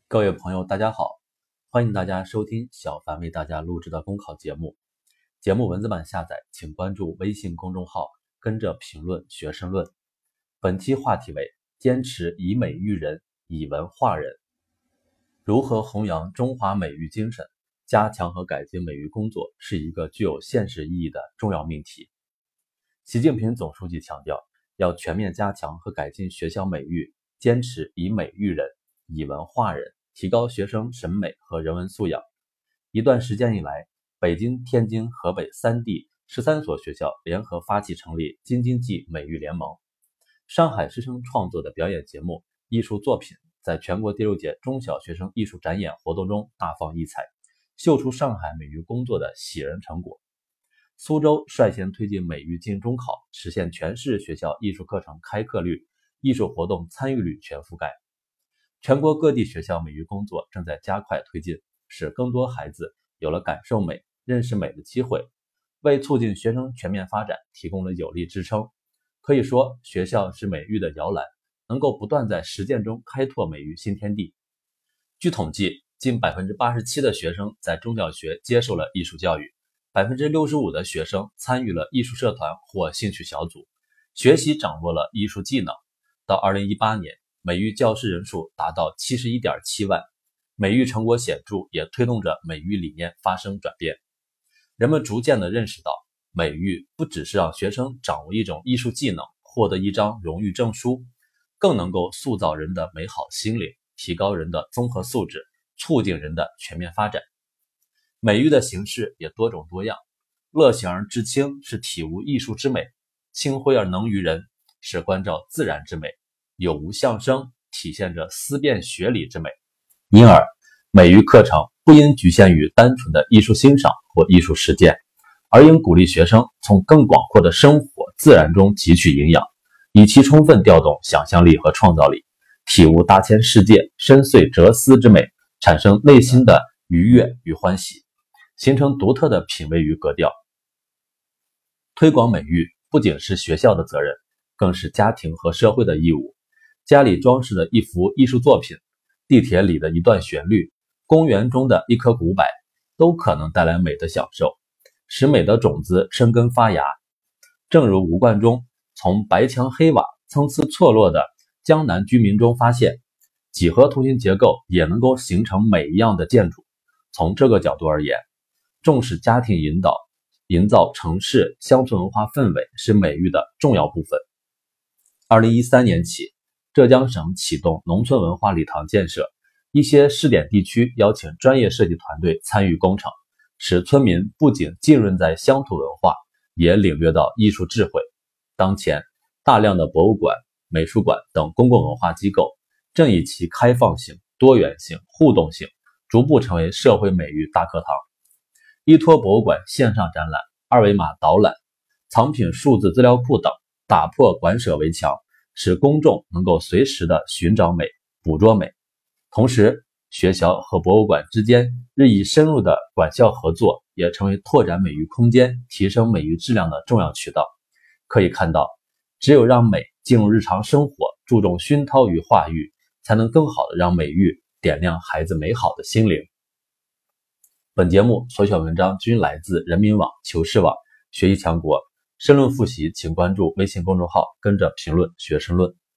各位朋友，大家好，欢迎大家收听小凡为大家录制的公考节目。节目文字版下载，请关注微信公众号，跟着评论学申论。本期话题为：坚持以美育人，以文化人。如何弘扬中华美育精神，加强和改进美育工作，是一个具有现实意义的重要命题。习近平总书记强调，要全面加强和改进学校美育，坚持以美育人，以文化人，提高学生审美和人文素养。一段时间以来，北京、天津、河北3地13所学校联合发起成立京津冀美育联盟。上海师生创作的表演节目、艺术作品在全国第6届中小学生艺术展演活动中大放异彩，秀出上海美育工作的喜人成果。苏州率先推进美育进中考，实现全市学校艺术课程开课率、艺术活动参与率全覆盖。全国各地学校美育工作正在加快推进，使更多孩子有了感受美、认识美的机会，为促进学生全面发展提供了有力支撑。可以说，学校是美育的摇篮，能够不断在实践中开拓美育新天地。据统计，近 87% 的学生在中小学接受了艺术教育， 65% 的学生参与了艺术社团或兴趣小组，学习掌握了艺术技能。到2018年，美育教师人数达到 71.7 万，美育成果显著，也推动着美育理念发生转变。人们逐渐地认识到，美育不只是让学生掌握一种艺术技能，获得一张荣誉证书，更能够塑造人的美好心灵，提高人的综合素质，促进人的全面发展。美育的形式也多种多样，乐行而知清是体悟艺术之美，清辉而能于人是关照自然之美，有无相生体现着思辨学理之美。因而，美育课程不应局限于单纯的艺术欣赏或艺术实践，而应鼓励学生从更广阔的生活自然中汲取营养，以其充分调动想象力和创造力，体悟大千世界深邃哲思之美，产生内心的愉悦与欢喜，形成独特的品味与格调。推广美育不仅是学校的责任，更是家庭和社会的义务。家里装饰的一幅艺术作品，地铁里的一段旋律，公园中的一棵古柏，都可能带来美的享受，使美的种子生根发芽。正如吴冠中从白墙黑瓦、参差错落的江南居民中发现，几何图形结构也能够形成美一样的建筑。从这个角度而言，重视家庭引导，营造城市乡村文化氛围是美育的重要部分。2013年起，浙江省启动农村文化礼堂建设，一些试点地区邀请专业设计团队参与工程，使村民不仅浸润在乡土文化，也领略到艺术智慧。当前，大量的博物馆、美术馆等公共文化机构正以其开放性、多元性、互动性，逐步成为社会美育大课堂。依托博物馆线上展览、二维码导览、藏品数字资料库等，打破馆舍围墙，使公众能够随时的寻找美、捕捉美。同时，学校和博物馆之间日益深入的馆校合作，也成为拓展美育空间、提升美育质量的重要渠道。可以看到，只有让美进入日常生活，注重熏陶与化育，才能更好的让美育点亮孩子美好的心灵。本节目所选文章均来自人民网、求是网、学习强国。申论复习请关注微信公众号，跟着评论学申论。